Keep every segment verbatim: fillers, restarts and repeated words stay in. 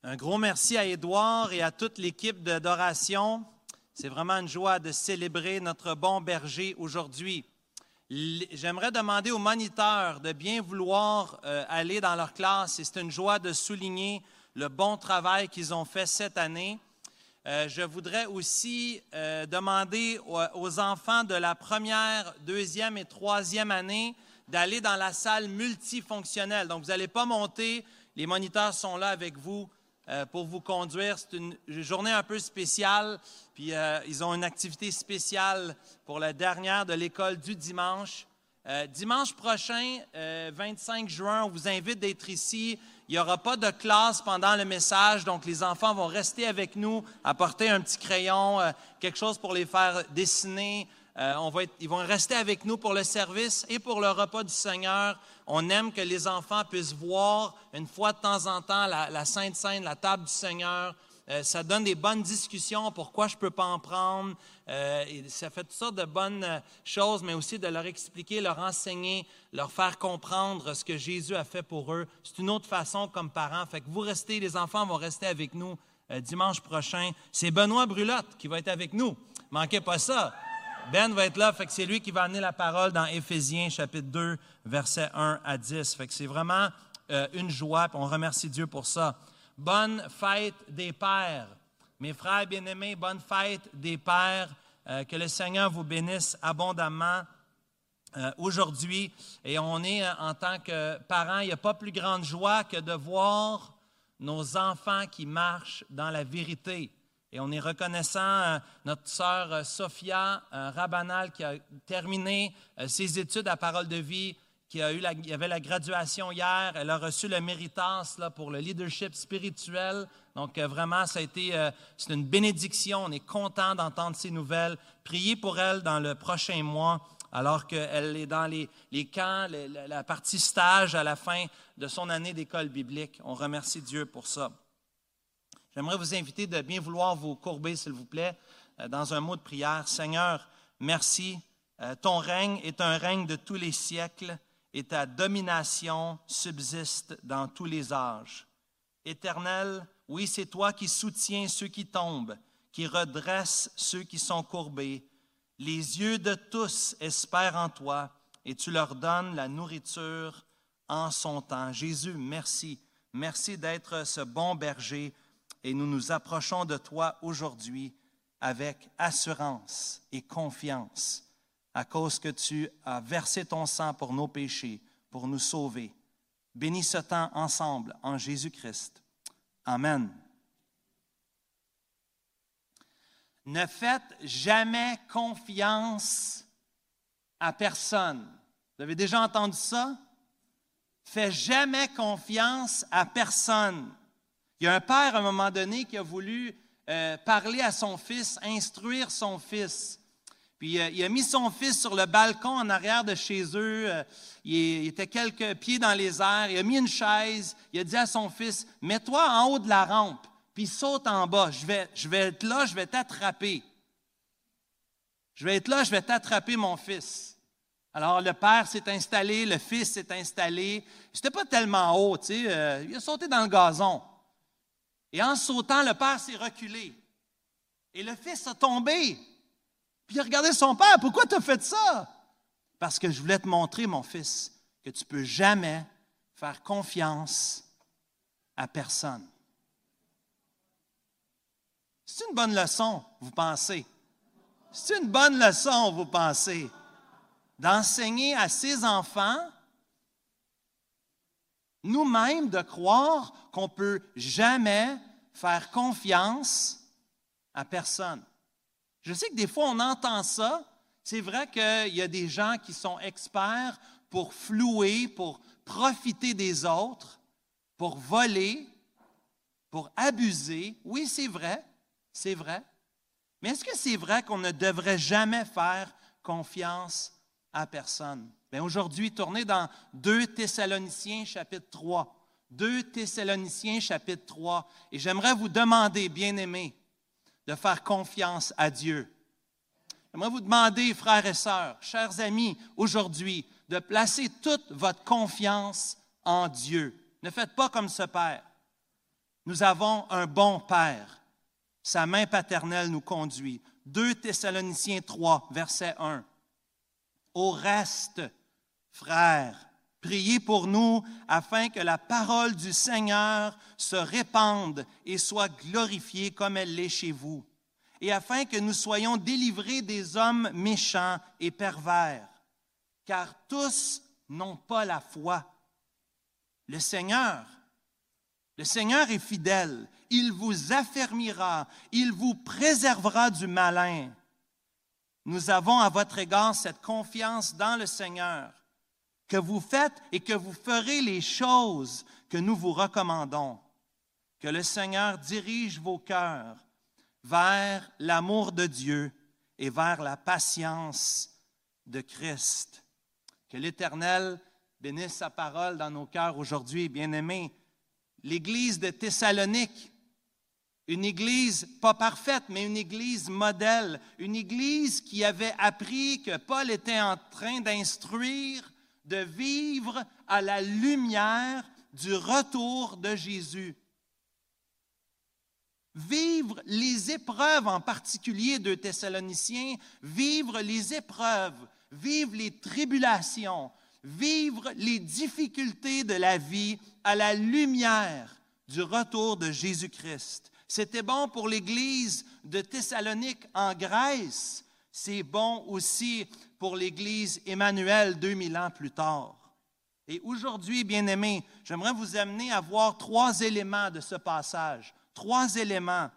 Un gros merci à Édouard et à toute l'équipe d'adoration. C'est vraiment une joie de célébrer notre bon berger aujourd'hui. J'aimerais demander aux moniteurs de bien vouloir euh, aller dans leur classe et c'est une joie de souligner le bon travail qu'ils ont fait cette année. Euh, je voudrais aussi euh, demander aux, aux enfants de la première, deuxième et troisième année d'aller dans la salle multifonctionnelle. Donc, vous n'allez pas monter, les moniteurs sont là avec vous euh, pour vous conduire. C'est une journée un peu spéciale, puis euh, ils ont une activité spéciale pour la dernière de l'école du dimanche. Euh, dimanche prochain, euh, vingt-cinq juin, on vous invite d'être ici. Il n'y aura pas de classe pendant le message, donc les enfants vont rester avec nous, apporter un petit crayon, euh, quelque chose pour les faire dessiner. Euh, on va être, ils vont rester avec nous pour le service et pour le repas du Seigneur. On aime que les enfants puissent voir une fois de temps en temps la, la Sainte Seine, la table du Seigneur. Euh, ça donne des bonnes discussions, pourquoi je ne peux pas en prendre. Euh, et ça fait toutes sortes de bonnes choses, mais aussi de leur expliquer, leur enseigner, leur faire comprendre ce que Jésus a fait pour eux. C'est une autre façon comme parents. Fait que vous restez, les enfants vont rester avec nous euh, dimanche prochain. C'est Benoît Brulotte qui va être avec nous. Manquez pas ça. Ben va être là, fait que c'est lui qui va amener la parole dans Éphésiens, chapitre deux, versets un à dix. Fait que c'est vraiment euh, une joie, puis on remercie Dieu pour ça. Bonne fête des pères. Mes frères bien-aimés, bonne fête des pères. Euh, que le Seigneur vous bénisse abondamment euh, aujourd'hui. Et on est, euh, en tant que parents, il n'y a pas plus grande joie que de voir nos enfants qui marchent dans la vérité. Et on est reconnaissant à notre sœur Sophia euh, Rabanal qui a terminé euh, ses études à Parole de vie, qui a eu la, il y avait la graduation hier. Elle a reçu le Méritas là, pour le leadership spirituel. Donc euh, vraiment, ça a été euh, c'est une bénédiction. On est content d'entendre ces nouvelles. Priez pour elle dans le prochain mois, alors qu'elle est dans les, les camps, les, la, la partie stage à la fin de son année d'école biblique. On remercie Dieu pour ça. J'aimerais vous inviter de bien vouloir vous courber, s'il vous plaît, dans un mot de prière. Seigneur, merci. Ton règne est un règne de tous les siècles et ta domination subsiste dans tous les âges. Éternel, oui, c'est toi qui soutiens ceux qui tombent, qui redresses ceux qui sont courbés. Les yeux de tous espèrent en toi et tu leur donnes la nourriture en son temps. Jésus, merci. Merci d'être ce bon berger. Et nous nous approchons de toi aujourd'hui avec assurance et confiance à cause que tu as versé ton sang pour nos péchés, pour nous sauver. Bénis ce temps ensemble en Jésus-Christ. Amen. Ne faites jamais confiance à personne. Vous avez déjà entendu ça? Fais jamais confiance à personne. Il y a un père, à un moment donné, qui a voulu euh, parler à son fils, instruire son fils. Puis euh, il a mis son fils sur le balcon en arrière de chez eux. Euh, il, il était quelques pieds dans les airs. Il a mis une chaise. Il a dit à son fils, « Mets-toi en haut de la rampe, puis saute en bas. Je vais, je vais être là, je vais t'attraper. Je vais être là, je vais t'attraper, mon fils. » Alors, le père s'est installé, le fils s'est installé. C'était pas tellement haut, tu sais. Euh, il a sauté dans le gazon. Et en sautant, le père s'est reculé. Et le fils a tombé. Puis il a regardé son père. « Pourquoi tu as fait ça? » « Parce que je voulais te montrer, mon fils, que tu ne peux jamais faire confiance à personne. » C'est une bonne leçon, vous pensez? C'est une bonne leçon, vous pensez? D'enseigner à ses enfants, nous-mêmes, de croire qu'on ne peut jamais faire confiance à personne. Je sais que des fois, on entend ça. C'est vrai qu'il y a des gens qui sont experts pour flouer, pour profiter des autres, pour voler, pour abuser. Oui, c'est vrai, c'est vrai. Mais est-ce que c'est vrai qu'on ne devrait jamais faire confiance à personne? Bien, aujourd'hui, tournez dans deux Thessaloniciens, chapitre trois. deux Thessaloniciens, chapitre trois. Et j'aimerais vous demander, bien-aimés, de faire confiance à Dieu. J'aimerais vous demander, frères et sœurs, chers amis, aujourd'hui, de placer toute votre confiance en Dieu. Ne faites pas comme ce père. Nous avons un bon Père. Sa main paternelle nous conduit. deux Thessaloniciens trois, verset un. Au reste, frères, priez pour nous afin que la parole du Seigneur se répande et soit glorifiée comme elle l'est chez vous, et afin que nous soyons délivrés des hommes méchants et pervers, car tous n'ont pas la foi. Le Seigneur, le Seigneur est fidèle. Il vous affermira, il vous préservera du malin. Nous avons à votre égard cette confiance dans le Seigneur, que vous faites et que vous ferez les choses que nous vous recommandons. Que le Seigneur dirige vos cœurs vers l'amour de Dieu et vers la patience de Christ. Que l'Éternel bénisse sa parole dans nos cœurs aujourd'hui, bien-aimés. L'Église de Thessalonique, une Église pas parfaite, mais une Église modèle, une Église qui avait appris que Paul était en train d'instruire, de vivre à la lumière du retour de Jésus. Vivre les épreuves, en particulier de Thessaloniciens, vivre les épreuves, vivre les tribulations, vivre les difficultés de la vie à la lumière du retour de Jésus-Christ. C'était bon pour l'Église de Thessalonique en Grèce. C'est bon aussi pour l'Église Emmanuel deux mille ans plus tard. Et aujourd'hui, bien-aimés, j'aimerais vous amener à voir trois éléments de ce passage. Trois éléments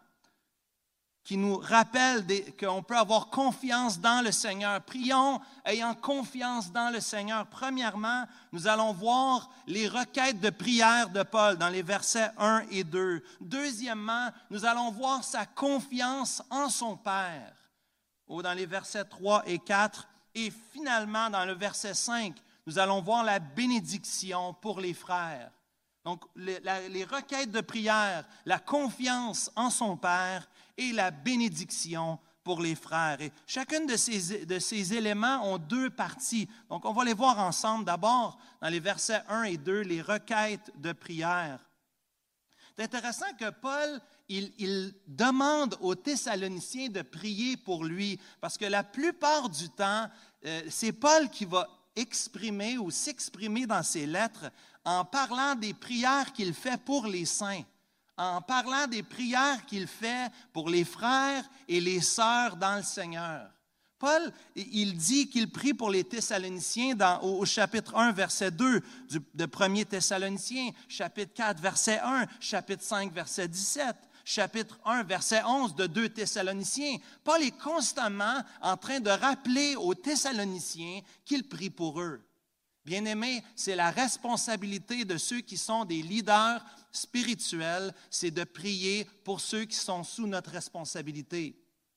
qui nous rappellent des, qu'on peut avoir confiance dans le Seigneur. Prions ayant confiance dans le Seigneur. Premièrement, nous allons voir les requêtes de prière de Paul dans les versets un et deux. Deuxièmement, nous allons voir sa confiance en son Père, ou dans les versets trois et quatre. Et finalement, dans le verset cinq, nous allons voir la bénédiction pour les frères. Donc, les, la, les requêtes de prière, la confiance en son Père et la bénédiction pour les frères. Et chacune de ces, de ces éléments ont deux parties. Donc, on va les voir ensemble. D'abord, dans les versets un et deux, les requêtes de prière. C'est intéressant que Paul, il, il demande aux Thessaloniciens de prier pour lui, parce que la plupart du temps, euh, c'est Paul qui va exprimer ou s'exprimer dans ses lettres en parlant des prières qu'il fait pour les saints, en parlant des prières qu'il fait pour les frères et les sœurs dans le Seigneur. Paul, il dit qu'il prie pour les Thessaloniciens dans, au, au chapitre un, verset deux du, de premier Thessaloniciens, chapitre quatre, verset un, chapitre cinq, verset dix-sept, chapitre un, verset onze de deux Thessaloniciens. Paul est constamment en train de rappeler aux Thessaloniciens qu'il prie pour eux. Bien-aimés, c'est la responsabilité de ceux qui sont des leaders spirituels, c'est de prier pour ceux qui sont sous notre responsabilité.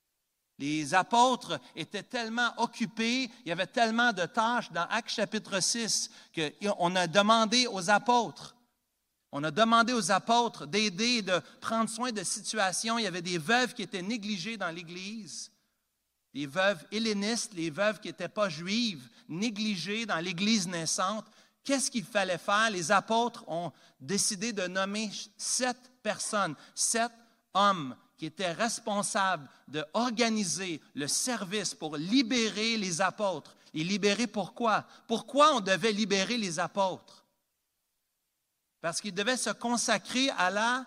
Les apôtres étaient tellement occupés, il y avait tellement de tâches dans Actes chapitre six qu'on a demandé aux apôtres, on a demandé aux apôtres d'aider, de prendre soin de situations. Il y avait des veuves qui étaient négligées dans l'Église, les veuves hellénistes, les veuves qui n'étaient pas juives, négligées dans l'Église naissante. Qu'est-ce qu'il fallait faire? Les apôtres ont décidé de nommer sept personnes, sept hommes qui étaient responsables d'organiser le service pour libérer les apôtres. Les libérer pourquoi? Pourquoi on devait libérer les apôtres? Parce qu'ils devaient se consacrer à la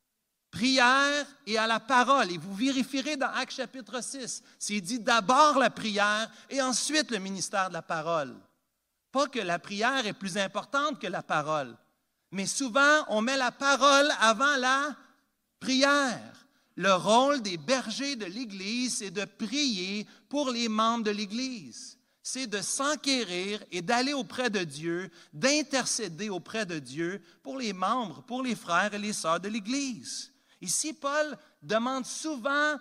prière et à la parole. Et vous vérifierez dans Actes chapitre six, c'est dit d'abord la prière et ensuite le ministère de la parole. Pas que la prière est plus importante que la parole, mais souvent on met la parole avant la prière. Le rôle des bergers de l'Église, c'est de prier pour les membres de l'Église. C'est de s'enquérir et d'aller auprès de Dieu, d'intercéder auprès de Dieu pour les membres, pour les frères et les sœurs de l'Église. Ici, Paul demande souvent,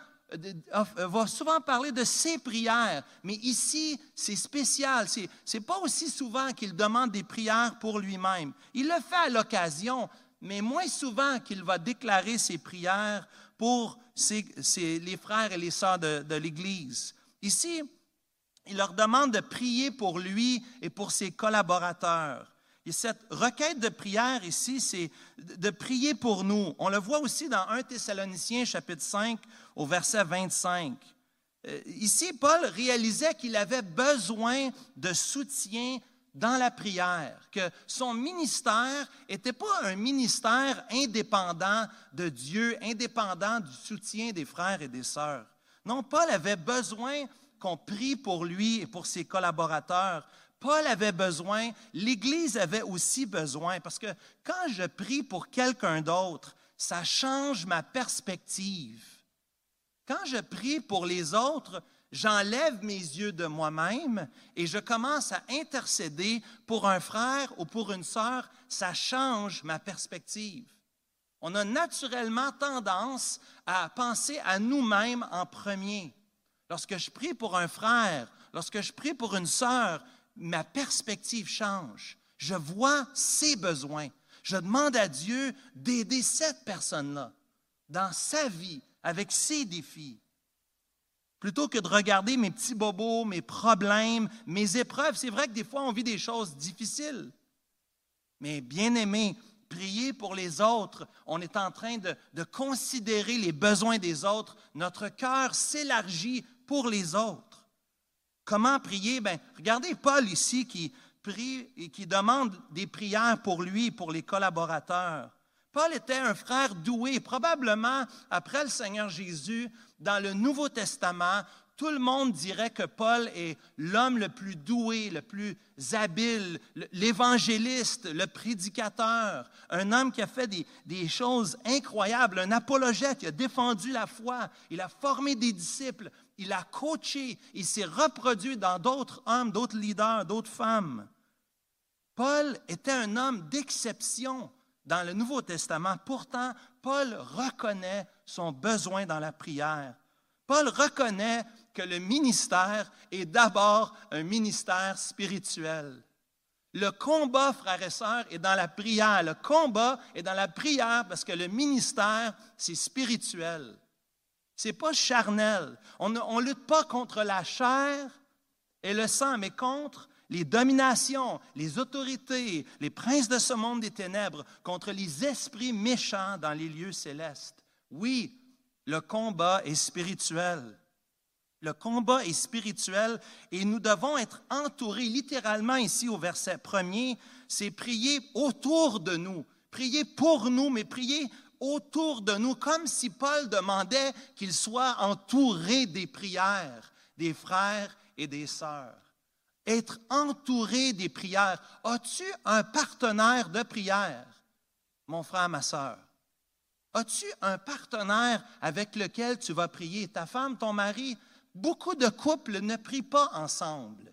va souvent parler de ses prières, mais ici, c'est spécial. Ce n'est pas aussi souvent qu'il demande des prières pour lui-même. Il le fait à l'occasion, mais moins souvent qu'il va déclarer ses prières pour ses, ses, les frères et les sœurs de, de l'Église. Ici, il leur demande de prier pour lui et pour ses collaborateurs. Et cette requête de prière ici, c'est de prier pour nous. On le voit aussi dans premier Thessaloniciens, chapitre cinq, au verset vingt-cinq. Euh, ici, Paul réalisait qu'il avait besoin de soutien dans la prière, que son ministère n'était pas un ministère indépendant de Dieu, indépendant du soutien des frères et des sœurs. Non, Paul avait besoin qu'on prie pour lui et pour ses collaborateurs. Paul avait besoin, l'Église avait aussi besoin, parce que quand je prie pour quelqu'un d'autre, ça change ma perspective. Quand je prie pour les autres, j'enlève mes yeux de moi-même et je commence à intercéder pour un frère ou pour une sœur, ça change ma perspective. On a naturellement tendance à penser à nous-mêmes en premier. Lorsque je prie pour un frère, lorsque je prie pour une sœur, ma perspective change. Je vois ses besoins. Je demande à Dieu d'aider cette personne-là dans sa vie, avec ses défis. Plutôt que de regarder mes petits bobos, mes problèmes, mes épreuves. C'est vrai que des fois, on vit des choses difficiles. Mais bien aimé, prier pour les autres, on est en train de, de considérer les besoins des autres. Notre cœur s'élargit pour les autres. Comment prier? Bien, regardez Paul ici qui prie et qui demande des prières pour lui, pour les collaborateurs. Paul était un frère doué, probablement après le Seigneur Jésus, dans le Nouveau Testament, tout le monde dirait que Paul est l'homme le plus doué, le plus habile, l'évangéliste, le prédicateur, un homme qui a fait des, des choses incroyables, un apologète, il a défendu la foi, il a formé des disciples, il a coaché, il s'est reproduit dans d'autres hommes, d'autres leaders, d'autres femmes. Paul était un homme d'exception dans le Nouveau Testament. Pourtant, Paul reconnaît son besoin dans la prière. Paul reconnaît que le ministère est d'abord un ministère spirituel. Le combat, frères et sœurs, est dans la prière. Le combat est dans la prière parce que le ministère, c'est spirituel. Ce n'est pas charnel. On ne lutte pas contre la chair et le sang, mais contre les dominations, les autorités, les princes de ce monde des ténèbres, contre les esprits méchants dans les lieux célestes. Oui, le combat est spirituel. Le combat est spirituel et nous devons être entourés, littéralement ici au verset premier, c'est prier autour de nous, prier pour nous, mais prier autour de nous, comme si Paul demandait qu'il soit entouré des prières des frères et des sœurs. Être entouré des prières. As-tu un partenaire de prière, mon frère, ma sœur? As-tu un partenaire avec lequel tu vas prier? Ta femme, ton mari? Beaucoup de couples ne prient pas ensemble.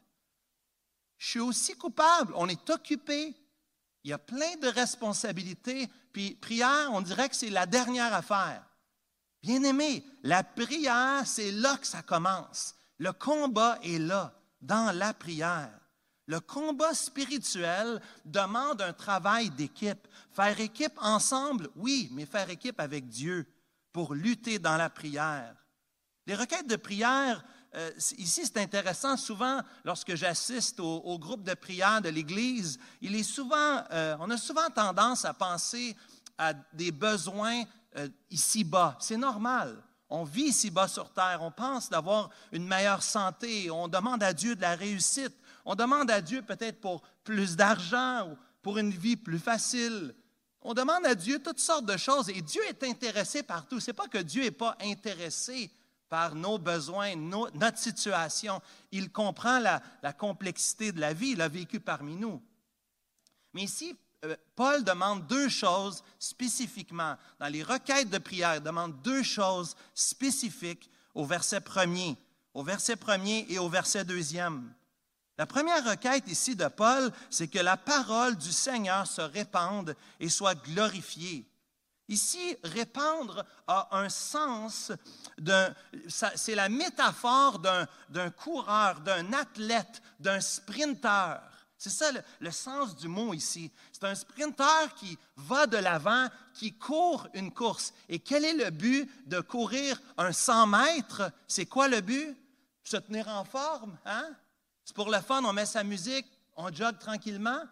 Je suis aussi coupable. On est occupé. Il y a plein de responsabilités. Puis prière, on dirait que c'est la dernière affaire. Bien-aimé, la prière, c'est là que ça commence. Le combat est là, dans la prière. Le combat spirituel demande un travail d'équipe. Faire équipe ensemble, oui, mais faire équipe avec Dieu pour lutter dans la prière. Les requêtes de prière, euh, ici c'est intéressant, souvent lorsque j'assiste au, au groupe de prière de l'Église, il est souvent, euh, on a souvent tendance à penser à des besoins euh, ici-bas. C'est normal. On vit ici-bas sur terre, on pense d'avoir une meilleure santé, on demande à Dieu de la réussite, on demande à Dieu peut-être pour plus d'argent ou pour une vie plus facile. On demande à Dieu toutes sortes de choses et Dieu est intéressé par tout. Ce n'est pas que Dieu n'est pas intéressé par nos besoins, nos, notre situation. Il comprend la, la complexité de la vie, il a vécu parmi nous. Mais ici, euh, Paul demande deux choses spécifiquement. Dans les requêtes de prière, il demande deux choses spécifiques au verset premier, au verset premier et au verset deuxième. La première requête ici de Paul, c'est que la parole du Seigneur se répande et soit glorifiée. Ici, répandre a un sens, d'un, c'est la métaphore d'un, d'un coureur, d'un athlète, d'un sprinteur. C'est ça le, le sens du mot ici. C'est un sprinteur qui va de l'avant, qui court une course. Et quel est le but de courir un cent mètres? C'est quoi le but? Se tenir en forme, hein? C'est pour le fun, on met sa musique, on jogue tranquillement.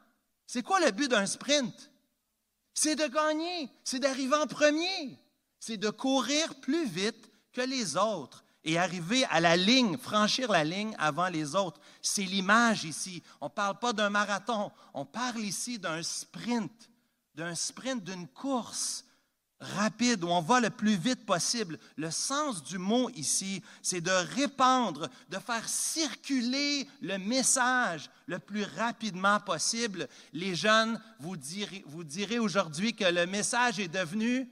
C'est quoi le but d'un sprint? C'est de gagner, c'est d'arriver en premier, c'est de courir plus vite que les autres et arriver à la ligne, franchir la ligne avant les autres. C'est l'image ici. On ne parle pas d'un marathon, on parle ici d'un sprint, d'un sprint, d'une course rapide, où on va le plus vite possible. Le sens du mot ici, c'est de répandre, de faire circuler le message le plus rapidement possible. Les jeunes, vous direz, vous direz aujourd'hui que le message est devenu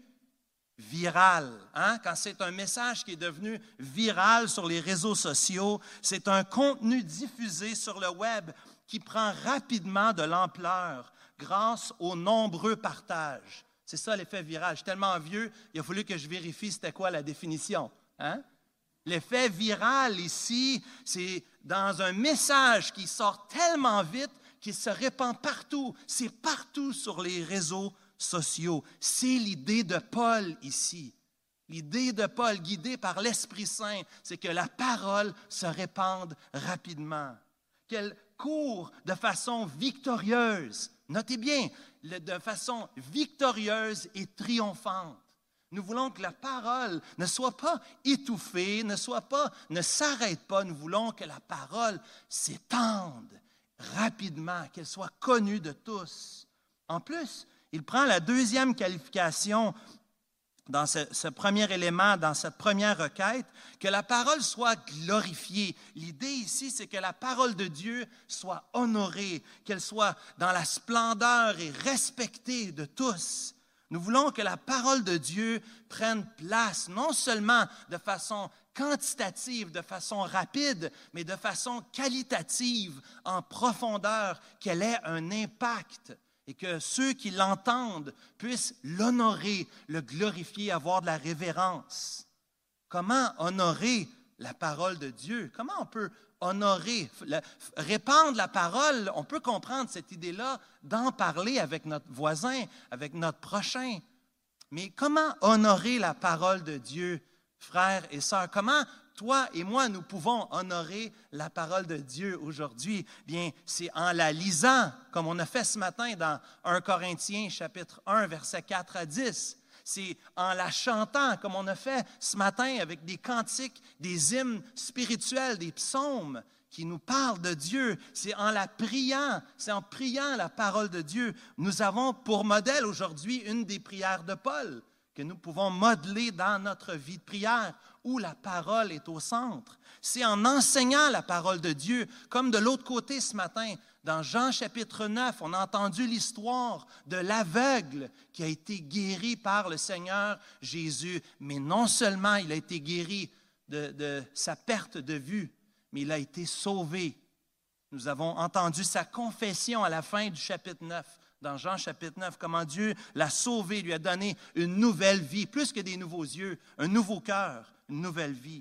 viral. Hein? Quand c'est un message qui est devenu viral sur les réseaux sociaux, c'est un contenu diffusé sur le web qui prend rapidement de l'ampleur grâce aux nombreux partages. C'est ça l'effet viral. Je suis tellement vieux, il a fallu que je vérifie c'était quoi la définition. Hein? L'effet viral ici, c'est dans un message qui sort tellement vite qu'il se répand partout. C'est partout sur les réseaux sociaux. C'est l'idée de Paul ici. L'idée de Paul, guidée par l'Esprit Saint, c'est que la parole se répande rapidement, qu'elle court de façon victorieuse. Notez bien, de façon victorieuse et triomphante. Nous voulons que la parole ne soit pas étouffée, ne soit pas, ne s'arrête pas. Nous voulons que la parole s'étende rapidement, qu'elle soit connue de tous. En plus, il prend la deuxième qualification dans ce, ce premier élément, dans cette première requête, que la parole soit glorifiée. L'idée ici, c'est que la parole de Dieu soit honorée, qu'elle soit dans la splendeur et respectée de tous. Nous voulons que la parole de Dieu prenne place, non seulement de façon quantitative, de façon rapide, mais de façon qualitative, en profondeur, qu'elle ait un impact. Et que ceux qui l'entendent puissent l'honorer, le glorifier, avoir de la révérence. Comment honorer la parole de Dieu? Comment on peut honorer, la, répandre la parole? On peut comprendre cette idée-là d'en parler avec notre voisin, avec notre prochain. Mais comment honorer la parole de Dieu, frères et sœurs? Comment toi et moi, nous pouvons honorer la parole de Dieu aujourd'hui? Bien, c'est en la lisant, comme on a fait ce matin dans un Corinthiens, chapitre un, versets quatre à dix. C'est en la chantant, comme on a fait ce matin avec des cantiques, des hymnes spirituels, des psaumes qui nous parlent de Dieu. C'est en la priant, c'est en priant la parole de Dieu. Nous avons pour modèle aujourd'hui une des prières de Paul que nous pouvons modeler dans notre vie de prière, où la parole est au centre. C'est en enseignant la parole de Dieu, comme de l'autre côté ce matin, dans Jean chapitre neuf, on a entendu l'histoire de l'aveugle qui a été guéri par le Seigneur Jésus. Mais non seulement il a été guéri de, de sa perte de vue, mais il a été sauvé. Nous avons entendu sa confession à la fin du chapitre neuf. Dans Jean chapitre neuf, comment Dieu l'a sauvé, lui a donné une nouvelle vie, plus que des nouveaux yeux, un nouveau cœur, une nouvelle vie.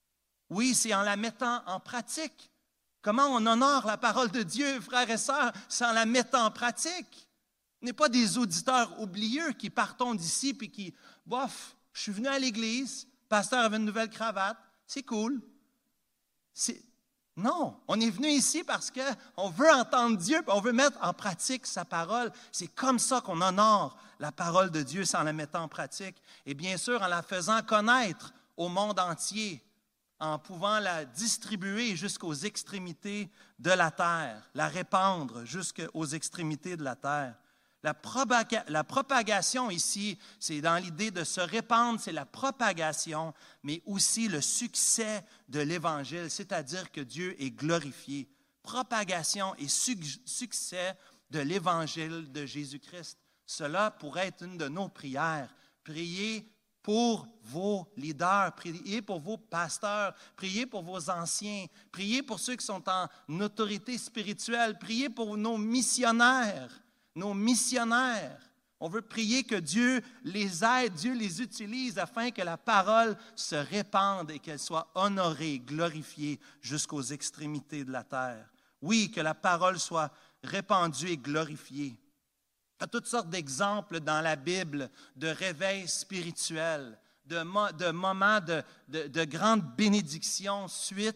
Oui, c'est en la mettant en pratique. Comment on honore la parole de Dieu, frères et sœurs, c'est en la mettant en pratique. On n'est pas des auditeurs oublieux qui partons d'ici puis qui, bof, je suis venu à l'église, le pasteur avait une nouvelle cravate, c'est cool. C'est... Non, on est venu ici parce qu'on veut entendre Dieu, puis on veut mettre en pratique sa parole. C'est comme ça qu'on honore la parole de Dieu, c'est en la mettant en pratique. Et bien sûr, en la faisant connaître au monde entier, en pouvant la distribuer jusqu'aux extrémités de la terre, la répandre jusqu'aux extrémités de la terre. La, propaga- la propagation ici, c'est dans l'idée de se répandre, c'est la propagation, mais aussi le succès de l'Évangile, c'est-à-dire que Dieu est glorifié. Propagation et su- succès de l'Évangile de Jésus-Christ. Cela pourrait être une de nos prières. Priez pour vos leaders, priez pour vos pasteurs, priez pour vos anciens, priez pour ceux qui sont en autorité spirituelle, priez pour nos missionnaires. Nos missionnaires, on veut prier que Dieu les aide, Dieu les utilise afin que la parole se répande et qu'elle soit honorée, glorifiée jusqu'aux extrémités de la terre. Oui, que la parole soit répandue et glorifiée. Il y a toutes sortes d'exemples dans la Bible de réveil spirituel, de, mo- de moments de, de, de grande bénédiction suite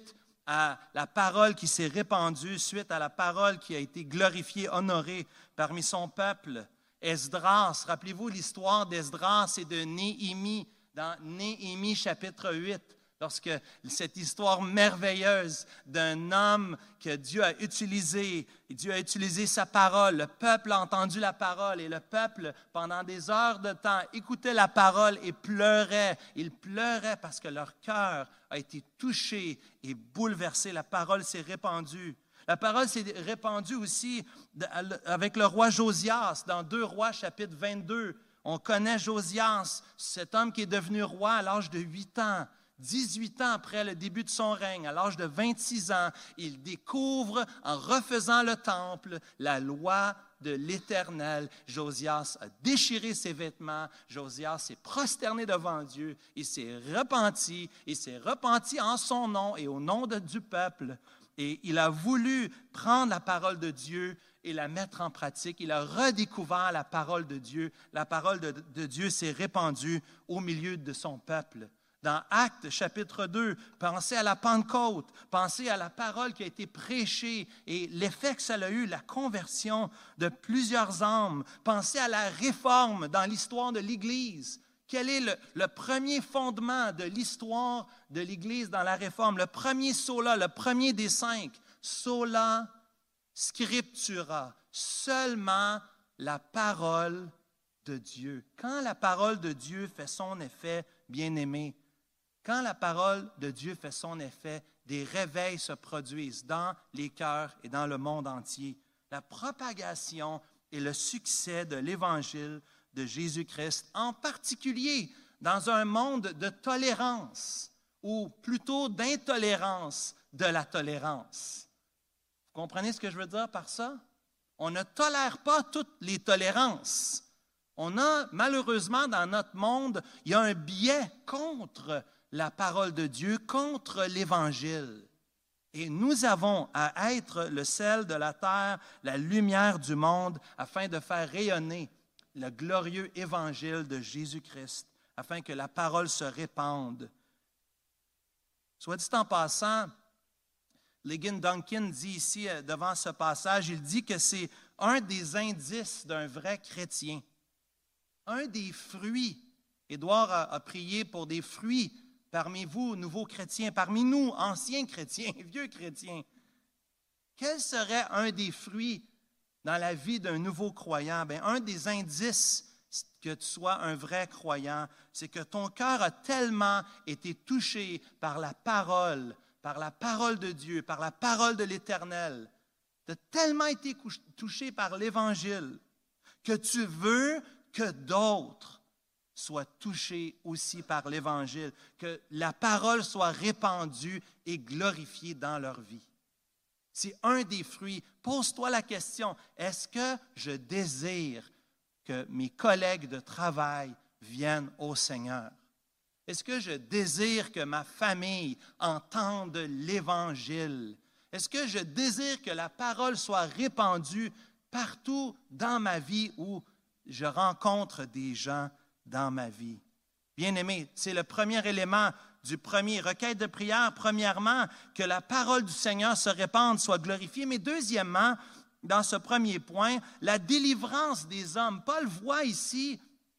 à la parole qui s'est répandue, suite à la parole qui a été glorifiée, honorée parmi son peuple. Esdras, rappelez-vous l'histoire d'Esdras et de Néhémie dans Néhémie chapitre huit, lorsque cette histoire merveilleuse d'un homme que Dieu a utilisé, et Dieu a utilisé sa parole, le peuple a entendu la parole et le peuple, pendant des heures de temps, écoutait la parole et pleurait. Ils pleuraient parce que leur cœur a été touché et bouleversé. La parole s'est répandue. La parole s'est répandue aussi avec le roi Josias dans deux Rois chapitre vingt-deux. On connaît Josias, cet homme qui est devenu roi à l'âge de huit ans. dix-huit ans après le début de son règne, à l'âge de vingt-six ans, il découvre, en refaisant le temple, la loi de l'Éternel. Josias a déchiré ses vêtements, Josias s'est prosterné devant Dieu, il s'est repenti, il s'est repenti en son nom et au nom de, du peuple. Et il a voulu prendre la parole de Dieu et la mettre en pratique. Il a redécouvert la parole de Dieu. La parole de, de Dieu s'est répandue au milieu de son peuple. Dans Actes, chapitre deux, pensez à la Pentecôte, pensez à la parole qui a été prêchée et l'effet que ça a eu, la conversion de plusieurs âmes. Pensez à la réforme dans l'histoire de l'Église. Quel est le, le premier fondement de l'histoire de l'Église dans la réforme? Le premier sola, le premier des cinq, sola scriptura, seulement la parole de Dieu. Quand la parole de Dieu fait son effet, bien-aimé, quand la parole de Dieu fait son effet, des réveils se produisent dans les cœurs et dans le monde entier. La propagation et le succès de l'Évangile de Jésus-Christ, en particulier dans un monde de tolérance, ou plutôt d'intolérance de la tolérance. Vous comprenez ce que je veux dire par ça? On ne tolère pas toutes les tolérances. On a, malheureusement, dans notre monde, il y a un biais contre la parole de Dieu, contre l'Évangile. Et nous avons à être le sel de la terre, la lumière du monde, afin de faire rayonner le glorieux Évangile de Jésus-Christ, afin que la parole se répande. Soit dit en passant, Ligon Duncan dit ici, devant ce passage, il dit que c'est un des indices d'un vrai chrétien. Un des fruits. Édouard a, a prié pour des fruits parmi vous, nouveaux chrétiens, parmi nous, anciens chrétiens, vieux chrétiens. Quel serait un des fruits dans la vie d'un nouveau croyant? Bien, un des indices que tu sois un vrai croyant, c'est que ton cœur a tellement été touché par la parole, par la parole de Dieu, par la parole de l'Éternel. Tu as tellement été touché par l'Évangile que tu veux que d'autres soient touchés aussi par l'Évangile, que la parole soit répandue et glorifiée dans leur vie. C'est un des fruits. Pose-toi la question, est-ce que je désire que mes collègues de travail viennent au Seigneur? Est-ce que je désire que ma famille entende l'Évangile? Est-ce que je désire que la parole soit répandue partout dans ma vie où je rencontre des gens dans ma vie? Bien-aimé, c'est le premier élément du premier requête de prière. Premièrement, que la parole du Seigneur se répande, soit glorifiée. Mais deuxièmement, dans ce premier point, la délivrance des hommes. Paul voit ici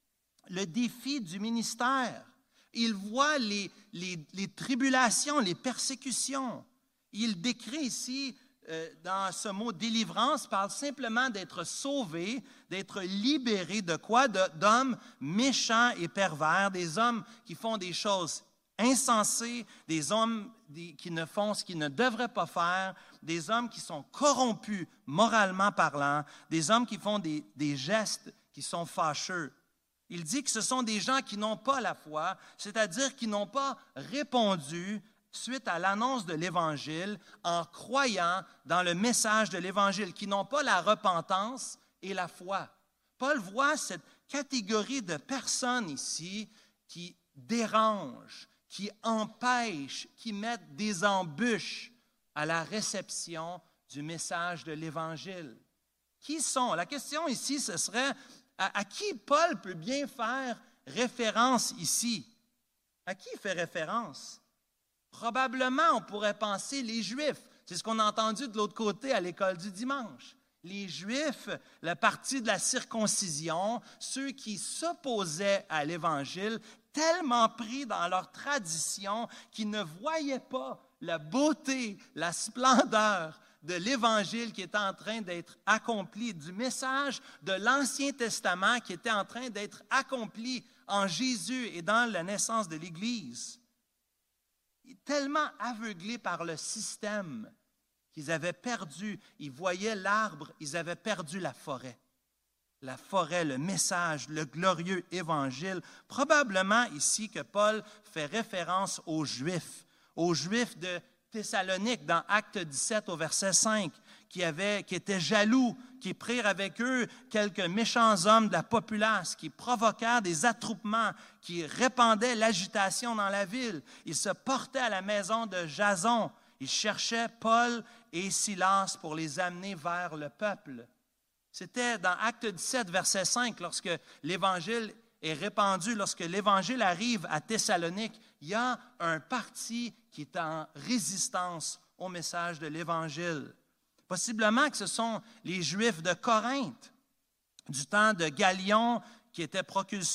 le défi du ministère. Il voit les, les, les tribulations, les persécutions. Il décrit ici, euh, dans ce mot délivrance, parle simplement d'être sauvé, d'être libéré de quoi? De, d'hommes méchants et pervers, des hommes qui font des choses insensés, des hommes qui ne font ce qu'ils ne devraient pas faire, des hommes qui sont corrompus moralement parlant, des hommes qui font des, des gestes qui sont fâcheux. Il dit que ce sont des gens qui n'ont pas la foi, c'est-à-dire qui n'ont pas répondu suite à l'annonce de l'Évangile en croyant dans le message de l'Évangile, qui n'ont pas la repentance et la foi. Paul voit cette catégorie de personnes ici qui dérangent, qui empêchent, qui mettent des embûches à la réception du message de l'Évangile. Qui sont? La question ici, ce serait à, à qui Paul peut bien faire référence ici? À qui il fait référence? Probablement, on pourrait penser les Juifs. C'est ce qu'on a entendu de l'autre côté à l'école du dimanche. Les Juifs, la partie de la circoncision, ceux qui s'opposaient à l'Évangile, tellement pris dans leur tradition qu'ils ne voyaient pas la beauté, la splendeur de l'Évangile qui était en train d'être accompli, du message de l'Ancien Testament qui était en train d'être accompli en Jésus et dans la naissance de l'Église. Tellement aveuglés par le système qu'ils avaient perdu, ils voyaient l'arbre, ils avaient perdu la forêt. La forêt, le message, le glorieux évangile. Probablement ici que Paul fait référence aux Juifs, aux Juifs de Thessalonique dans Actes dix-sept au verset cinq, qui, avaient, qui étaient jaloux, qui prirent avec eux quelques méchants hommes de la populace, qui provoquèrent des attroupements, qui répandaient l'agitation dans la ville. Ils se portaient à la maison de Jason. Ils cherchaient Paul et Silas pour les amener vers le peuple. C'était dans Actes dix-sept, verset cinq, lorsque l'Évangile est répandu, lorsque l'Évangile arrive à Thessalonique, il y a un parti qui est en résistance au message de l'Évangile. Possiblement que ce sont les Juifs de Corinthe, du temps de Galion, qui était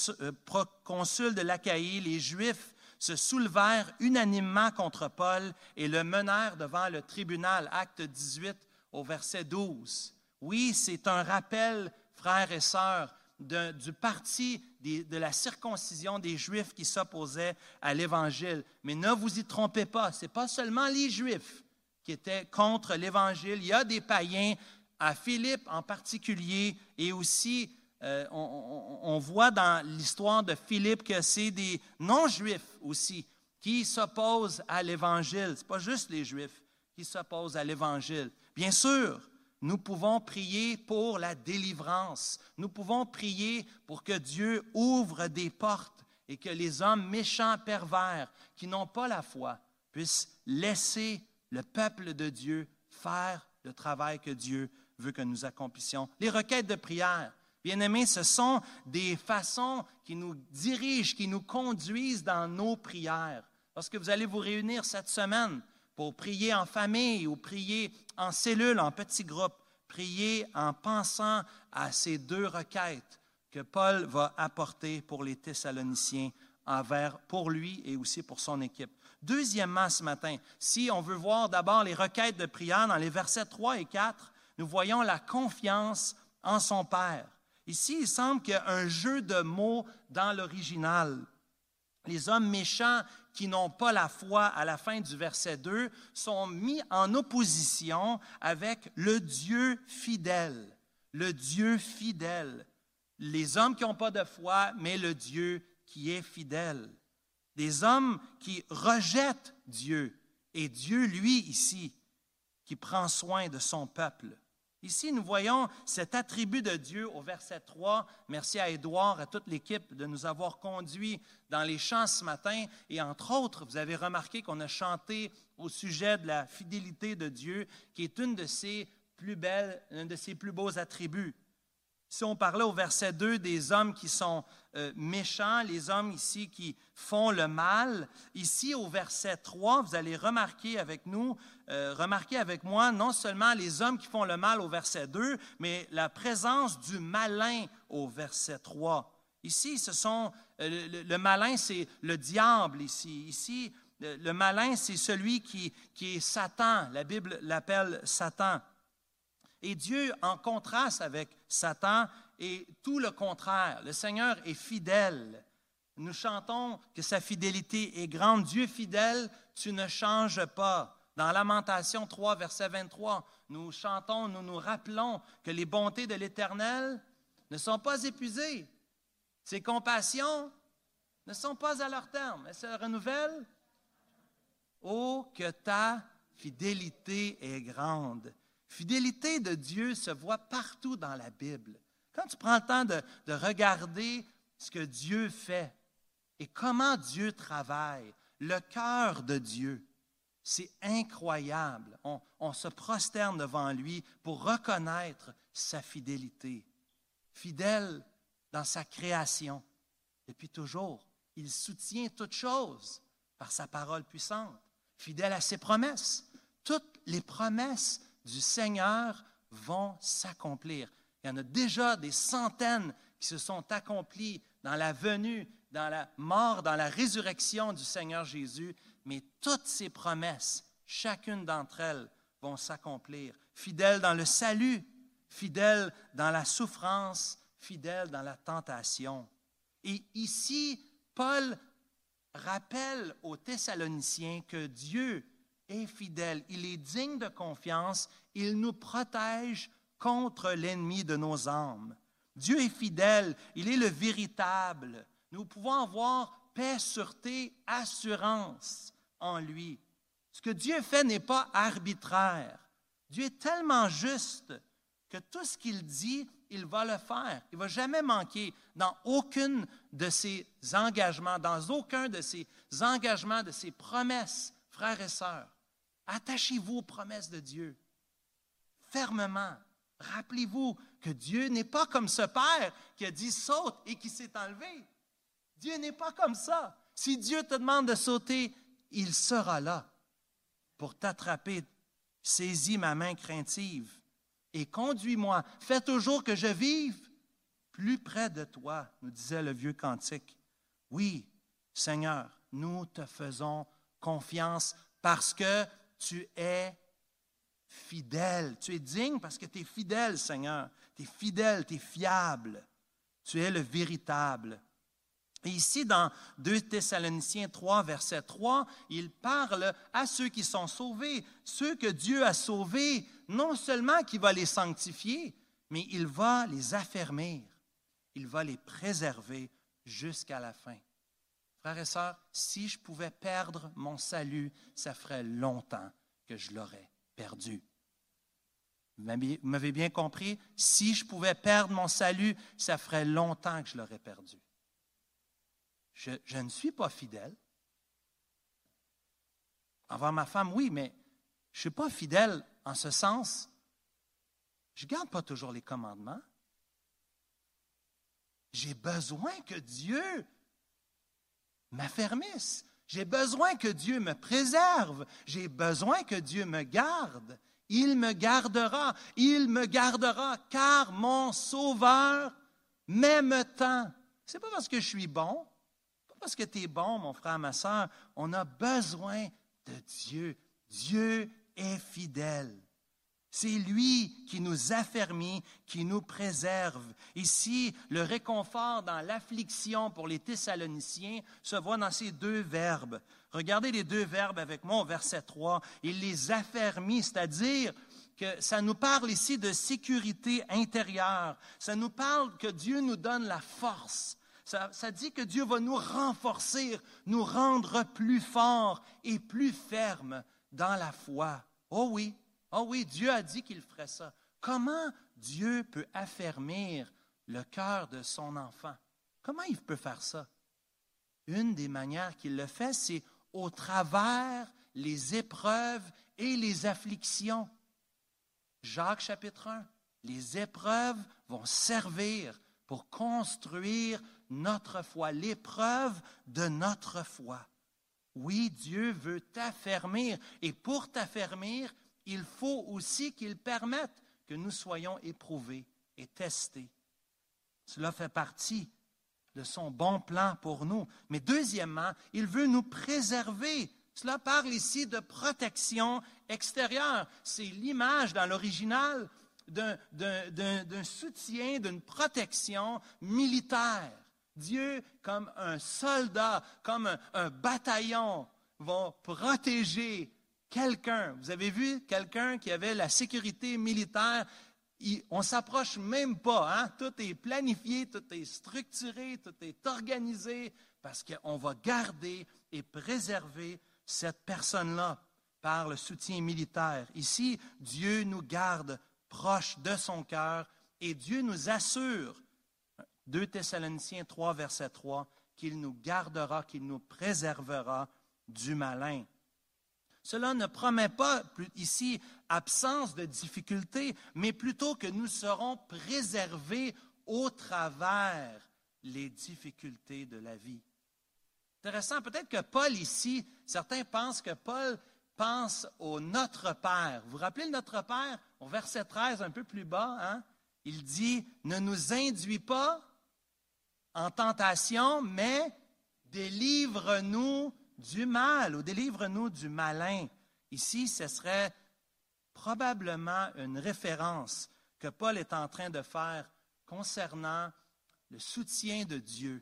proconsul de l'Achaïe. Les Juifs se soulevèrent unanimement contre Paul et le menèrent devant le tribunal. Acte dix-huit au verset douze. Oui, c'est un rappel, frères et sœurs, de, du parti des, de la circoncision des Juifs qui s'opposaient à l'Évangile. Mais ne vous y trompez pas, ce n'est pas seulement les Juifs qui étaient contre l'Évangile. Il y a des païens, à Philippe en particulier, et aussi, euh, on, on, on voit dans l'histoire de Philippe que c'est des non-Juifs aussi qui s'opposent à l'Évangile. Ce n'est pas juste les Juifs qui s'opposent à l'Évangile. Bien sûr, nous pouvons prier pour la délivrance. Nous pouvons prier pour que Dieu ouvre des portes et que les hommes méchants, pervers, qui n'ont pas la foi, puissent laisser le peuple de Dieu faire le travail que Dieu veut que nous accomplissions. Les requêtes de prière, bien-aimés, ce sont des façons qui nous dirigent, qui nous conduisent dans nos prières. Lorsque vous allez vous réunir cette semaine pour prier en famille ou prier en cellule, en petits groupes, priez en pensant à ces deux requêtes que Paul va apporter pour les Thessaloniciens envers, pour lui et aussi pour son équipe. Deuxièmement, ce matin, si on veut voir d'abord les requêtes de prière dans les versets trois et quatre, nous voyons la confiance en son Père. Ici, il semble qu'il y a un jeu de mots dans l'original. Les hommes méchants qui n'ont pas la foi à la fin du verset deux sont mis en opposition avec le Dieu fidèle. Le Dieu fidèle. Les hommes qui n'ont pas de foi, mais le Dieu qui est fidèle. Des hommes qui rejettent Dieu et Dieu, lui, ici, qui prend soin de son peuple. Ici, nous voyons cet attribut de Dieu au verset trois. Merci à Édouard, à toute l'équipe de nous avoir conduits dans les chants ce matin. Et entre autres, vous avez remarqué qu'on a chanté au sujet de la fidélité de Dieu, qui est une de ses plus belles, un de ses plus beaux attributs. Si on parlait au verset deux des hommes qui sont euh, méchants, les hommes ici qui font le mal, ici au verset trois, vous allez remarquer avec nous, euh, remarquer avec moi, non seulement les hommes qui font le mal au verset deux, mais la présence du malin au verset trois. Ici, ce sont, euh, le, le malin, c'est le diable ici. Ici, le, le malin, c'est celui qui, qui est Satan. La Bible l'appelle Satan. Et Dieu, en contraste avec Satan, est tout le contraire. Le Seigneur est fidèle. Nous chantons que sa fidélité est grande. Dieu fidèle, tu ne changes pas. Dans Lamentation trois, verset vingt-trois, nous chantons, nous nous rappelons que les bontés de l'Éternel ne sont pas épuisées. Ses compassions ne sont pas à leur terme. Elles se renouvellent. Oh, que ta fidélité est grande. Fidélité de Dieu se voit partout dans la Bible. Quand tu prends le temps de, de regarder ce que Dieu fait et comment Dieu travaille, le cœur de Dieu, c'est incroyable. On, on se prosterne devant lui pour reconnaître sa fidélité. Fidèle dans sa création. Depuis toujours, il soutient toutes choses par sa parole puissante. fidèle à ses promesses. Toutes les promesses du Seigneur vont s'accomplir. Il y en a déjà des centaines qui se sont accomplies dans la venue, dans la mort, dans la résurrection du Seigneur Jésus, mais toutes ces promesses, chacune d'entre elles, vont s'accomplir. Fidèle dans le salut, fidèle dans la souffrance, fidèle dans la tentation. Et ici, Paul rappelle aux Thessaloniciens que Dieu est fidèle, il est digne de confiance, il nous protège contre l'ennemi de nos âmes. Dieu est fidèle, il est le véritable. Nous pouvons avoir paix, sûreté, assurance en lui. Ce que Dieu fait n'est pas arbitraire. Dieu est tellement juste que tout ce qu'il dit, il va le faire. Il ne va jamais manquer dans aucun de ses engagements, dans aucun de ses engagements, de ses promesses, frères et sœurs. Attachez-vous aux promesses de Dieu fermement. Rappelez-vous que Dieu n'est pas comme ce père qui a dit « saute » et qui s'est enlevé. Dieu n'est pas comme ça. Si Dieu te demande de sauter, il sera là pour t'attraper. Saisis ma main craintive et conduis-moi. Fais toujours que je vive plus près de toi, nous disait le vieux cantique. Oui, Seigneur, nous te faisons confiance parce que tu es fidèle. Tu es digne parce que tu es fidèle, Seigneur. Tu es fidèle, tu es fiable. Tu es le véritable. Et ici, dans deux Thessaloniciens trois, verset trois, il parle à ceux qui sont sauvés, ceux que Dieu a sauvés, non seulement qu'il va les sanctifier, mais il va les affermir, il va les préserver jusqu'à la fin. Frères et sœurs, si je pouvais perdre mon salut, ça ferait longtemps que je l'aurais perdu. Vous m'avez bien compris? Si je pouvais perdre mon salut, ça ferait longtemps que je l'aurais perdu. Je, je ne suis pas fidèle. Envers ma femme, oui, mais je ne suis pas fidèle en ce sens. Je ne garde pas toujours les commandements. J'ai besoin que Dieu m'affermisse. J'ai besoin que Dieu me préserve. J'ai besoin que Dieu me garde. Il me gardera. Il me gardera, car mon Sauveur m'aime tant. Ce n'est pas parce que je suis bon, pas parce que tu es bon, mon frère, ma sœur. On a besoin de Dieu. Dieu est fidèle. C'est lui qui nous affermit, qui nous préserve. Ici, le réconfort dans l'affliction pour les Thessaloniciens se voit dans ces deux verbes. Regardez les deux verbes avec moi au verset trois. Il les affermit, c'est-à-dire que ça nous parle ici de sécurité intérieure. Ça nous parle que Dieu nous donne la force. Ça, ça dit que Dieu va nous renforcer, nous rendre plus forts et plus fermes dans la foi. Oh oui! Oh oui, Dieu a dit qu'il ferait ça. Comment Dieu peut affermir le cœur de son enfant? Comment il peut faire ça? Une des manières qu'il le fait, c'est au travers les épreuves et les afflictions. Jacques chapitre un, les épreuves vont servir pour construire notre foi, l'épreuve de notre foi. Oui, Dieu veut t'affermir et pour t'affermir, il faut aussi qu'il permette que nous soyons éprouvés et testés. Cela fait partie de son bon plan pour nous. Mais deuxièmement, il veut nous préserver. Cela parle ici de protection extérieure. C'est l'image dans l'original d'un, d'un, d'un, d'un soutien, d'une protection militaire. Dieu, comme un soldat, comme un, un bataillon, va protéger quelqu'un. Vous avez vu quelqu'un qui avait la sécurité militaire, il, on ne s'approche même pas. Hein? Tout est planifié, tout est structuré, tout est organisé parce qu'on va garder et préserver cette personne-là par le soutien militaire. Ici, Dieu nous garde proche de son cœur et Dieu nous assure, deux Thessaloniciens trois, verset trois, qu'il nous gardera, qu'il nous préservera du malin. Cela ne promet pas ici absence de difficultés, mais plutôt que nous serons préservés au travers les difficultés de la vie. Intéressant, peut-être que Paul ici, certains pensent que Paul pense au Notre Père. Vous vous rappelez le Notre Père? Au verset treize, un peu plus bas, hein? Il dit, « Ne nous induis pas en tentation, mais délivre-nous du mal, ou délivre-nous du malin. » Ici, ce serait probablement une référence que Paul est en train de faire concernant le soutien de Dieu,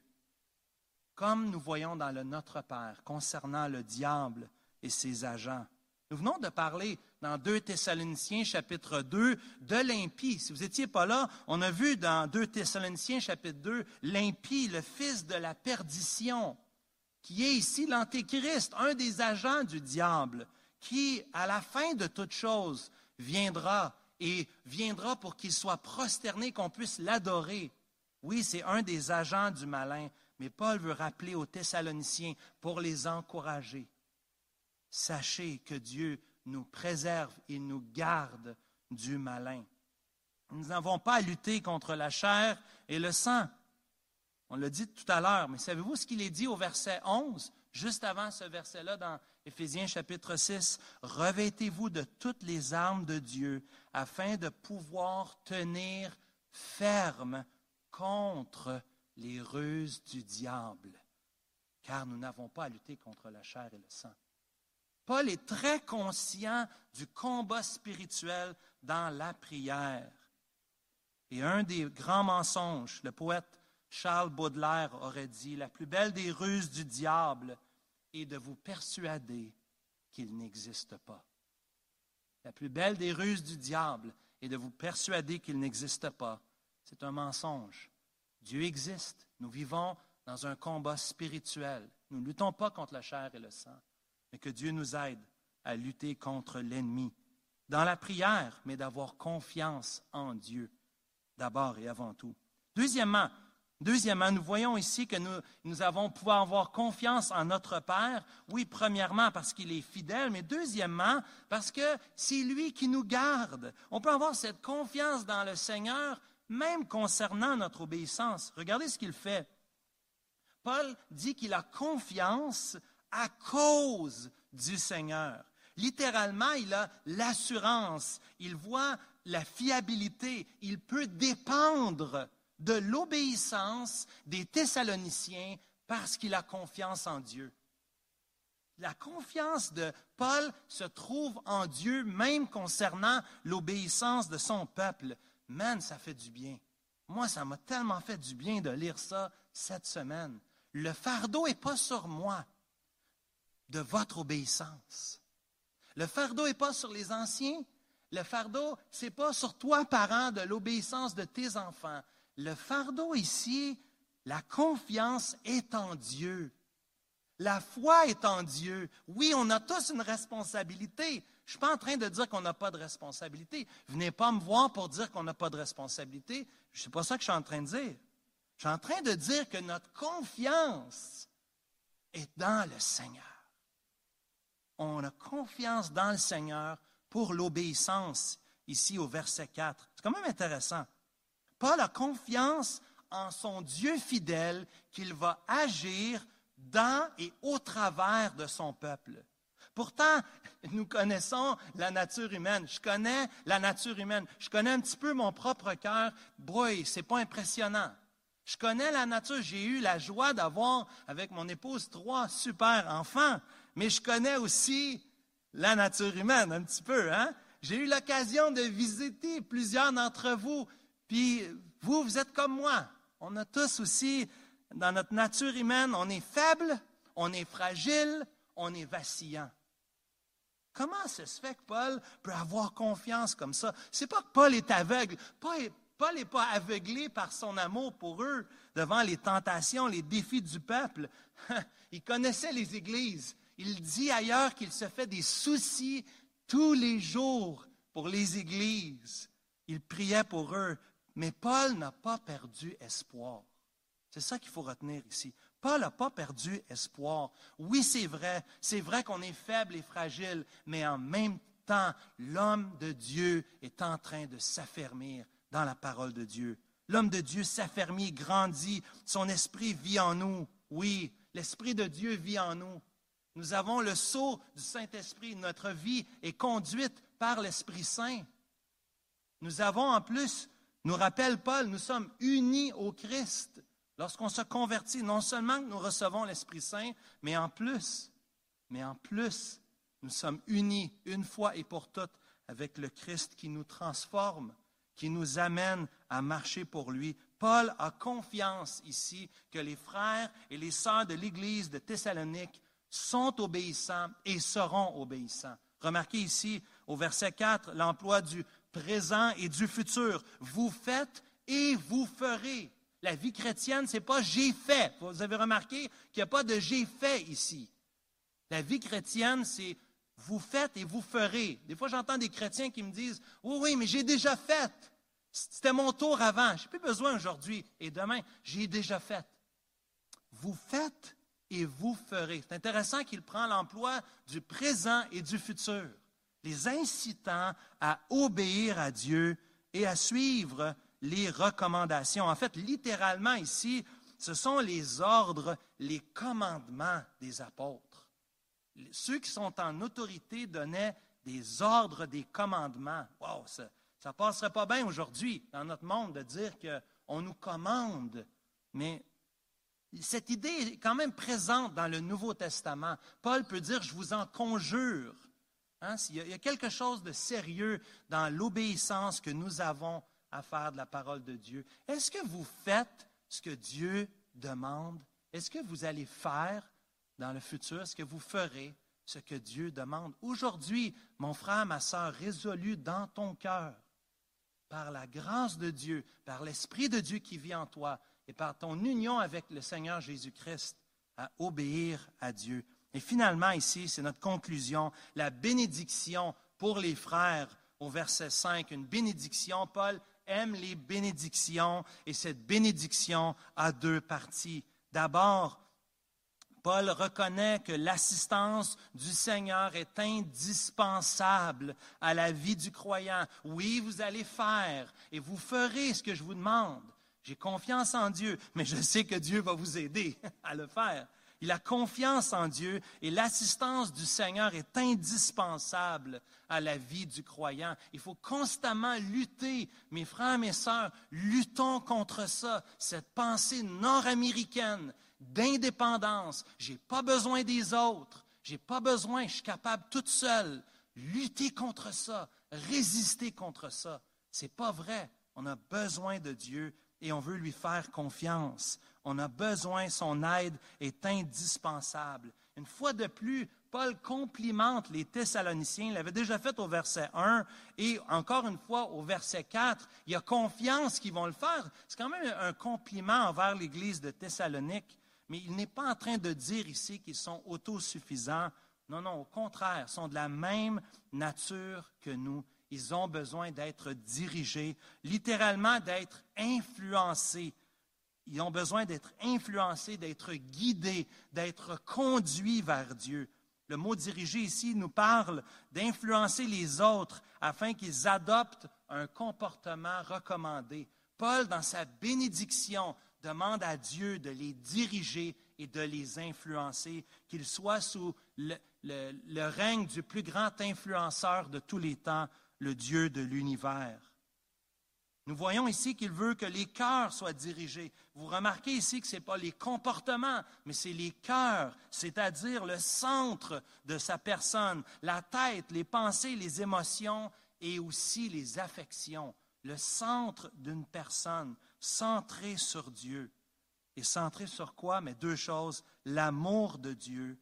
comme nous voyons dans le Notre Père, concernant le diable et ses agents. Nous venons de parler dans deux Thessaloniciens chapitre deux de l'impie. Si vous n'étiez pas là, on a vu dans deux Thessaloniciens chapitre deux l'impie, le fils de la perdition, qui est ici l'Antéchrist, un des agents du diable, qui, à la fin de toute chose, viendra et viendra pour qu'il soit prosterné, qu'on puisse l'adorer. Oui, c'est un des agents du malin, mais Paul veut rappeler aux Thessaloniciens pour les encourager. Sachez que Dieu nous préserve, il nous garde du malin. Nous n'avons pas à lutter contre la chair et le sang. On l'a dit tout à l'heure, mais savez-vous ce qu'il est dit au verset onze, juste avant ce verset-là dans Éphésiens chapitre six? « Revêtez-vous de toutes les armes de Dieu afin de pouvoir tenir ferme contre les ruses du diable, car nous n'avons pas à lutter contre la chair et le sang. » Paul est très conscient du combat spirituel dans la prière. Et un des grands mensonges, le poète Charles Baudelaire aurait dit, « La plus belle des ruses du diable est de vous persuader qu'il n'existe pas. » La plus belle des ruses du diable est de vous persuader qu'il n'existe pas. C'est un mensonge. Dieu existe. Nous vivons dans un combat spirituel. Nous ne luttons pas contre la chair et le sang, mais que Dieu nous aide à lutter contre l'ennemi. Dans la prière, mais d'avoir confiance en Dieu, d'abord et avant tout. Deuxièmement, Deuxièmement, nous voyons ici que nous, nous avons pouvoir avoir confiance en notre Père. Oui, premièrement, parce qu'il est fidèle, mais deuxièmement, parce que c'est lui qui nous garde. On peut avoir cette confiance dans le Seigneur, même concernant notre obéissance. Regardez ce qu'il fait. Paul dit qu'il a confiance à cause du Seigneur. Littéralement, il a l'assurance, il voit la fiabilité, il peut dépendre de l'obéissance des Thessaloniciens parce qu'il a confiance en Dieu. La confiance de Paul se trouve en Dieu, même concernant l'obéissance de son peuple. Man, ça fait du bien. Moi, ça m'a tellement fait du bien de lire ça cette semaine. Le fardeau n'est pas sur moi de votre obéissance. Le fardeau n'est pas sur les anciens. Le fardeau, ce n'est pas sur toi, parent, de l'obéissance de tes enfants. Le fardeau ici, la confiance est en Dieu. La foi est en Dieu. Oui, on a tous une responsabilité. Je ne suis pas en train de dire qu'on n'a pas de responsabilité. Venez pas me voir pour dire qu'on n'a pas de responsabilité. Ce n'est pas ça que je suis en train de dire. Je suis en train de dire que notre confiance est dans le Seigneur. On a confiance dans le Seigneur pour l'obéissance, ici au verset quatre. C'est quand même intéressant. Paul a confiance en son Dieu fidèle qu'il va agir dans et au travers de son peuple. Pourtant, nous connaissons la nature humaine. Je connais la nature humaine. Je connais un petit peu mon propre cœur. Boy, c'est pas impressionnant. Je connais la nature. J'ai eu la joie d'avoir avec mon épouse trois super enfants. Mais je connais aussi la nature humaine un petit peu, hein? J'ai eu l'occasion de visiter plusieurs d'entre vous. Puis vous, vous êtes comme moi. On a tous aussi, dans notre nature humaine, on est faible, on est fragile, on est vacillant. Comment ça se fait que Paul peut avoir confiance comme ça? C'est pas que Paul est aveugle. Paul n'est pas aveuglé par son amour pour eux devant les tentations, les défis du peuple. Il connaissait les églises. Il dit ailleurs qu'il se fait des soucis tous les jours pour les églises. Il priait pour eux. Mais Paul n'a pas perdu espoir. C'est ça qu'il faut retenir ici. Paul n'a pas perdu espoir. Oui, c'est vrai. C'est vrai qu'on est faible et fragile, mais en même temps, l'homme de Dieu est en train de s'affermir dans la parole de Dieu. L'homme de Dieu s'affermit, grandit. Son esprit vit en nous. Oui, l'esprit de Dieu vit en nous. Nous avons le sceau du Saint-Esprit. Notre vie est conduite par l'Esprit Saint. Nous avons en plus, nous rappelle Paul, nous sommes unis au Christ. Lorsqu'on se convertit, non seulement que nous recevons l'Esprit Saint, mais en plus, mais en plus, nous sommes unis une fois et pour toutes avec le Christ qui nous transforme, qui nous amène à marcher pour lui. Paul a confiance ici que les frères et les sœurs de l'Église de Thessalonique sont obéissants et seront obéissants. Remarquez ici, au verset quatre, l'emploi du présent et du futur. Vous faites et vous ferez. La vie chrétienne, ce n'est pas « j'ai fait ». Vous avez remarqué qu'il n'y a pas de « j'ai fait » ici. La vie chrétienne, c'est « vous faites et vous ferez ». Des fois, j'entends des chrétiens qui me disent « oui, oui, mais j'ai déjà fait. C'était mon tour avant. Je n'ai plus besoin aujourd'hui. Et demain, j'ai déjà fait. » Vous faites et vous ferez. C'est intéressant qu'il prend l'emploi du présent et du futur, les incitant à obéir à Dieu et à suivre les recommandations. En fait, littéralement ici, ce sont les ordres, les commandements des apôtres. Ceux qui sont en autorité donnaient des ordres, des commandements. Wow, ça ne passerait pas bien aujourd'hui dans notre monde de dire qu'on nous commande, mais cette idée est quand même présente dans le Nouveau Testament. Paul peut dire « je vous en conjure ». Hein, il y a quelque chose de sérieux dans l'obéissance que nous avons à faire de la parole de Dieu. Est-ce que vous faites ce que Dieu demande? Est-ce que vous allez faire dans le futur? Est-ce que vous ferez ce que Dieu demande? Aujourd'hui, mon frère, ma sœur, résolu dans ton cœur, par la grâce de Dieu, par l'Esprit de Dieu qui vit en toi et par ton union avec le Seigneur Jésus-Christ, à obéir à Dieu. Et finalement, ici, c'est notre conclusion, la bénédiction pour les frères au verset cinq. Une bénédiction, Paul aime les bénédictions et cette bénédiction a deux parties. D'abord, Paul reconnaît que l'assistance du Seigneur est indispensable à la vie du croyant. Oui, vous allez faire et vous ferez ce que je vous demande. J'ai confiance en Dieu, mais je sais que Dieu va vous aider à le faire. Il a confiance en Dieu et l'assistance du Seigneur est indispensable à la vie du croyant. Il faut constamment lutter. Mes frères, mes sœurs, luttons contre ça, cette pensée nord-américaine d'indépendance. Je n'ai pas besoin des autres. Je n'ai pas besoin, je suis capable toute seule. Lutter contre ça, résister contre ça. Ce n'est pas vrai. On a besoin de Dieu et on veut lui faire confiance. On a besoin, son aide est indispensable. Une fois de plus, Paul complimente les Thessaloniciens. Il l'avait déjà fait au verset un et encore une fois au verset quatre. Il a confiance qu'ils vont le faire. C'est quand même un compliment envers l'Église de Thessalonique, mais il n'est pas en train de dire ici qu'ils sont autosuffisants. Non, non, au contraire, ils sont de la même nature que nous. Ils ont besoin d'être dirigés, littéralement d'être influencés. Ils ont besoin d'être influencés, d'être guidés, d'être conduits vers Dieu. Le mot « diriger » ici nous parle d'influencer les autres afin qu'ils adoptent un comportement recommandé. Paul, dans sa bénédiction, demande à Dieu de les diriger et de les influencer, qu'ils soient sous le, le, le règne du plus grand influenceur de tous les temps, le Dieu de l'univers. Nous voyons ici qu'il veut que les cœurs soient dirigés. Vous remarquez ici que ce n'est pas les comportements, mais c'est les cœurs, c'est-à-dire le centre de sa personne, la tête, les pensées, les émotions et aussi les affections. Le centre d'une personne, centré sur Dieu. Et centré sur quoi? Mais deux choses, l'amour de Dieu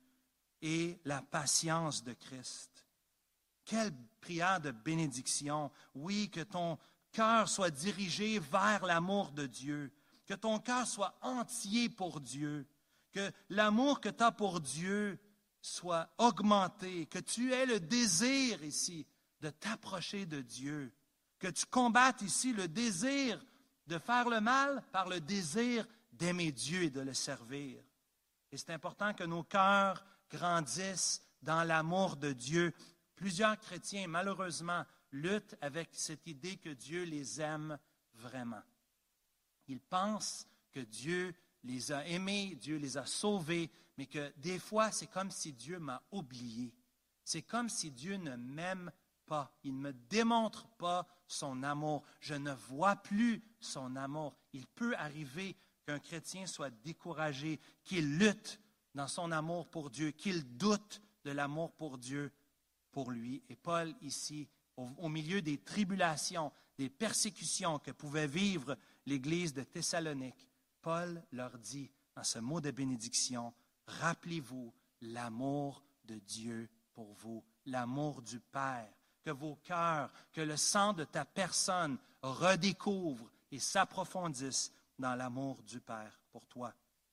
et la patience de Christ. Quelle prière de bénédiction! Oui, que ton cœur soit dirigé vers l'amour de Dieu, que ton cœur soit entier pour Dieu, que l'amour que tu as pour Dieu soit augmenté, que tu aies le désir ici de t'approcher de Dieu, que tu combattes ici le désir de faire le mal par le désir d'aimer Dieu et de le servir. Et c'est important que nos cœurs grandissent dans l'amour de Dieu. Plusieurs chrétiens, malheureusement, luttent avec cette idée que Dieu les aime vraiment. Ils pensent que Dieu les a aimés, Dieu les a sauvés, mais que des fois, c'est comme si Dieu m'a oublié. C'est comme si Dieu ne m'aime pas. Il ne me démontre pas son amour. Je ne vois plus son amour. Il peut arriver qu'un chrétien soit découragé, qu'il lutte dans son amour pour Dieu, qu'il doute de l'amour pour Dieu pour lui. Et Paul, ici, au, au milieu des tribulations, des persécutions que pouvait vivre l'Église de Thessalonique, Paul leur dit, dans ce mot de bénédiction, « Rappelez-vous l'amour de Dieu pour vous, l'amour du Père, que vos cœurs, que le sang de ta personne redécouvre et s'approfondisse dans l'amour du Père pour toi. »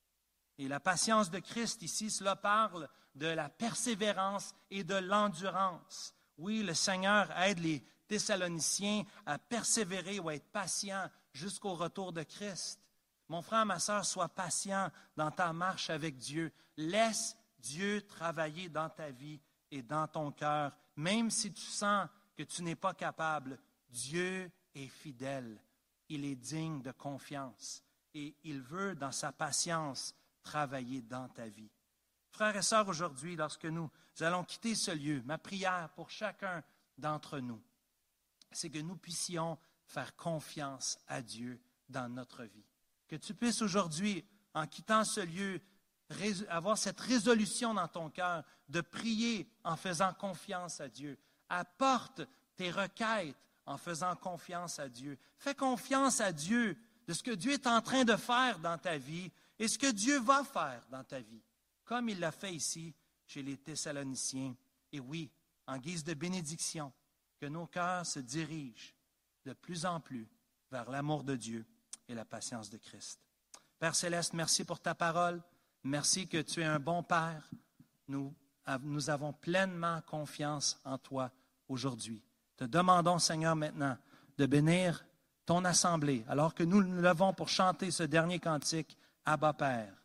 Et la patience de Christ, ici, cela parle de la persévérance et de l'endurance. Oui, le Seigneur aide les Thessaloniciens à persévérer ou à être patients jusqu'au retour de Christ. Mon frère, ma sœur, sois patient dans ta marche avec Dieu. Laisse Dieu travailler dans ta vie et dans ton cœur. Même si tu sens que tu n'es pas capable, Dieu est fidèle. Il est digne de confiance et il veut, dans sa patience, travailler dans ta vie. Frères et sœurs, aujourd'hui, lorsque nous allons quitter ce lieu, ma prière pour chacun d'entre nous, c'est que nous puissions faire confiance à Dieu dans notre vie. Que tu puisses aujourd'hui, en quittant ce lieu, avoir cette résolution dans ton cœur de prier en faisant confiance à Dieu. Apporte tes requêtes en faisant confiance à Dieu. Fais confiance à Dieu de ce que Dieu est en train de faire dans ta vie et ce que Dieu va faire dans ta vie, comme il l'a fait ici chez les Thessaloniciens. Et oui, en guise de bénédiction, que nos cœurs se dirigent de plus en plus vers l'amour de Dieu et la patience de Christ. Père Céleste, merci pour ta parole. Merci que tu es un bon Père. Nous, nous avons pleinement confiance en toi aujourd'hui. Te demandons, Seigneur, maintenant de bénir ton assemblée, alors que nous nous levons pour chanter ce dernier cantique, Abba Père.